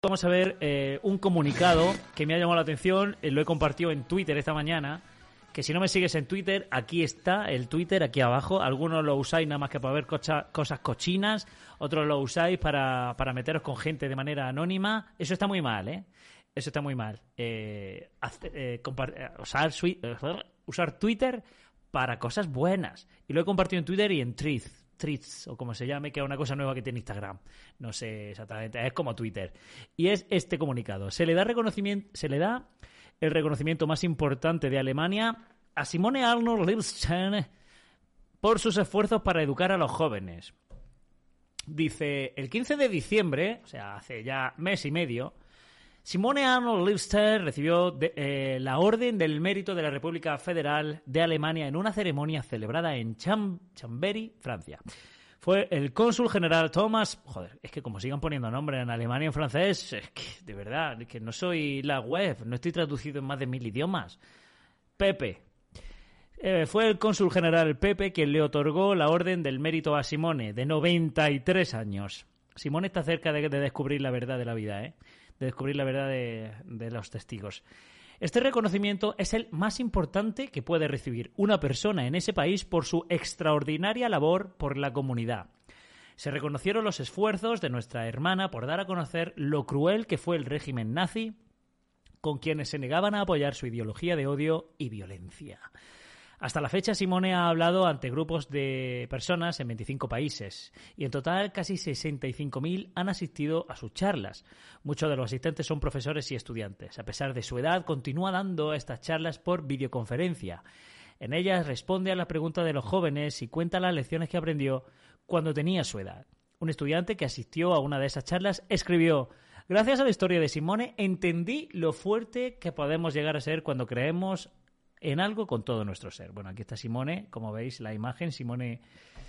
Vamos a ver un comunicado que me ha llamado la atención, lo he compartido en Twitter esta mañana, que si no me sigues en Twitter, aquí está el Twitter, aquí abajo. Algunos lo usáis nada más que para ver cosas cochinas, otros lo usáis para meteros con gente de manera anónima. Eso está muy mal, ¿eh? Eso está muy mal. Usar Twitter para cosas buenas. Y lo he compartido en Twitter y en Threads, o como se llame, que es una cosa nueva que tiene Instagram. No sé exactamente, es como Twitter. Y es este comunicado. Se le da el reconocimiento más importante de Alemania a Simone Arnold Liebstein por sus esfuerzos para educar a los jóvenes. Dice, el 15 de diciembre, o sea, hace ya mes y medio, Simone Arnold Liebstein recibió la Orden del Mérito de la República Federal de Alemania en una ceremonia celebrada en Chambéry, Francia. Fue el cónsul general Thomas... Joder, es que como sigan poniendo nombres en alemán y en francés, es que, de verdad, es que no soy la web, no estoy traducido en más de 1000 idiomas. Pepe. Fue el cónsul general Pepe quien le otorgó la Orden del Mérito a Simone, de 93 años. Simone está cerca de descubrir la verdad de la vida, ¿eh? De descubrir la verdad de los testigos. Este reconocimiento es el más importante que puede recibir una persona en ese país por su extraordinaria labor por la comunidad. Se reconocieron los esfuerzos de nuestra hermana por dar a conocer lo cruel que fue el régimen nazi con quienes se negaban a apoyar su ideología de odio y violencia. Hasta la fecha, Simone ha hablado ante grupos de personas en 25 países y en total casi 65.000 han asistido a sus charlas. Muchos de los asistentes son profesores y estudiantes. A pesar de su edad, continúa dando estas charlas por videoconferencia. En ellas responde a las preguntas de los jóvenes y cuenta las lecciones que aprendió cuando tenía su edad. Un estudiante que asistió a una de esas charlas escribió: «Gracias a la historia de Simone entendí lo fuerte que podemos llegar a ser cuando creemos en algo con todo nuestro ser». Bueno, aquí está Simone, como veis la imagen. Simone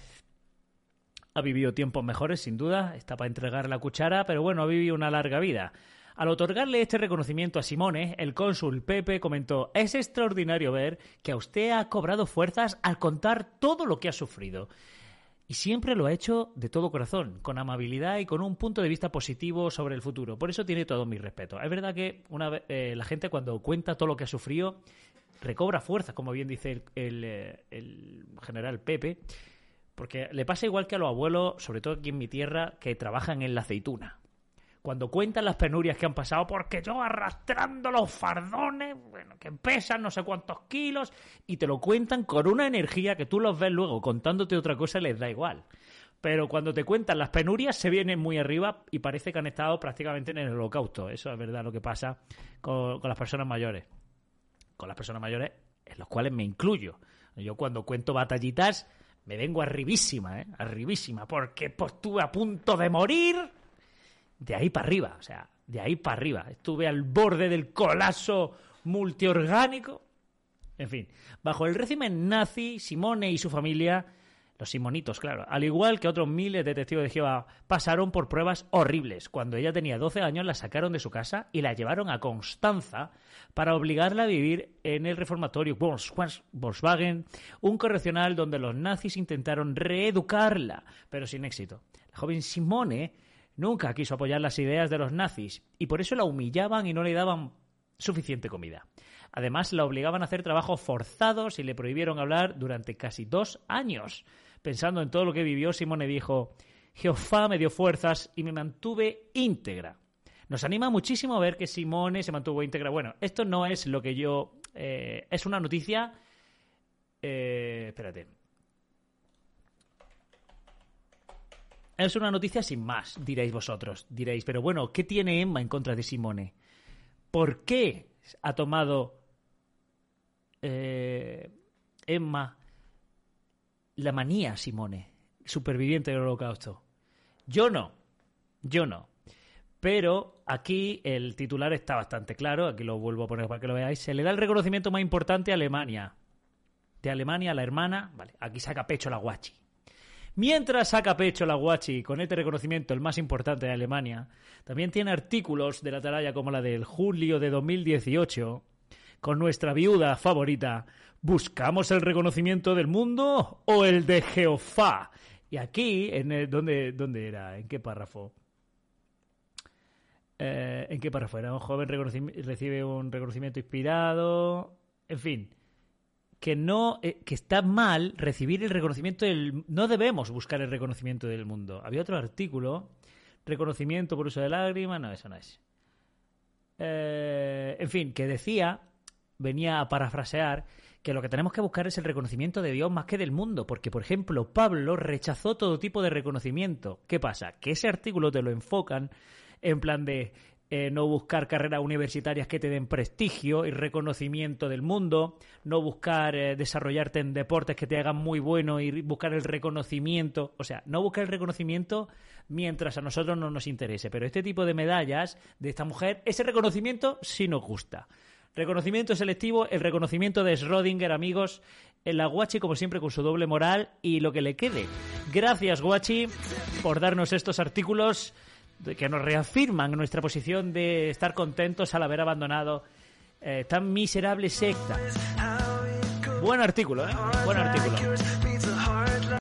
ha vivido tiempos mejores, sin duda, está para entregar la cuchara, pero bueno, ha vivido una larga vida. Al otorgarle este reconocimiento a Simone, el cónsul Pepe comentó: «Es extraordinario ver que a usted ha cobrado fuerzas al contar todo lo que ha sufrido. Y siempre lo ha hecho de todo corazón, con amabilidad y con un punto de vista positivo sobre el futuro. Por eso tiene todo mi respeto». Es verdad que la gente cuando cuenta todo lo que ha sufrido recobra fuerza, como bien dice el general Pepe, porque le pasa igual que a los abuelos, sobre todo aquí en mi tierra, que trabajan en la aceituna. Cuando cuentan las penurias que han pasado, porque yo arrastrando los fardones, bueno, que pesan no sé cuántos kilos, y te lo cuentan con una energía que tú los ves luego contándote otra cosa y les da igual. Pero cuando te cuentan las penurias se vienen muy arriba y parece que han estado prácticamente en el holocausto. Eso es verdad lo que pasa con las personas mayores. Con las personas mayores, en los cuales me incluyo. Yo cuando cuento batallitas me vengo arribísima, arribísima, porque pues, estuve a punto de morir de ahí para arriba, o sea, de ahí para arriba. Estuve al borde del colapso multiorgánico. En fin, bajo el régimen nazi, Simone y su familia, los simonitos, claro, al igual que otros miles de testigos de Jehová, pasaron por pruebas horribles. Cuando ella tenía 12 años, la sacaron de su casa y la llevaron a Constanza para obligarla a vivir en el reformatorio Volkswagen, un correccional donde los nazis intentaron reeducarla, pero sin éxito. La joven Simone nunca quiso apoyar las ideas de los nazis y por eso la humillaban y no le daban suficiente comida. Además, la obligaban a hacer trabajos forzados y le prohibieron hablar durante casi 2 años. Pensando en todo lo que vivió, Simone dijo: «Jehová me dio fuerzas y me mantuve íntegra». Nos anima muchísimo ver que Simone se mantuvo íntegra. Bueno, esto no es lo que yo... es una noticia... espérate. Es una noticia sin más, diréis vosotros. Diréis, pero bueno, ¿qué tiene Emma en contra de Simone? ¿Por qué ha tomado Emma la manía Simone, superviviente del Holocausto? Yo no. Pero aquí el titular está bastante claro, aquí lo vuelvo a poner para que lo veáis. Se le da el reconocimiento más importante a Alemania. De Alemania a la hermana, vale, aquí saca pecho la guachi. Mientras saca pecho la guachi con este reconocimiento, el más importante de Alemania, también tiene artículos de la atalaya como la del julio de 2018, con nuestra viuda favorita: ¿buscamos el reconocimiento del mundo o el de Jehová? Y aquí, ¿dónde era? ¿En qué párrafo? ¿En qué párrafo era? Un joven recibe un reconocimiento inspirado. En fin, que no, que está mal recibir el reconocimiento del... No debemos buscar el reconocimiento del mundo. Había otro artículo, reconocimiento por uso de lágrimas, no, eso no es. En fin, que decía, venía a parafrasear, que lo que tenemos que buscar es el reconocimiento de Dios más que del mundo, porque, por ejemplo, Pablo rechazó todo tipo de reconocimiento. ¿Qué pasa? Que ese artículo te lo enfocan en plan de no buscar carreras universitarias que te den prestigio y reconocimiento del mundo, no buscar desarrollarte en deportes que te hagan muy bueno y buscar el reconocimiento, o sea, no buscar el reconocimiento mientras a nosotros no nos interese, pero este tipo de medallas de esta mujer, ese reconocimiento sí nos gusta. Reconocimiento selectivo, el reconocimiento de Schrödinger, amigos, en la Guachi, como siempre, con su doble moral y lo que le quede. Gracias, Guachi, por darnos estos artículos que nos reafirman nuestra posición de estar contentos al haber abandonado tan miserable secta. Buen artículo, ¿eh? Buen artículo.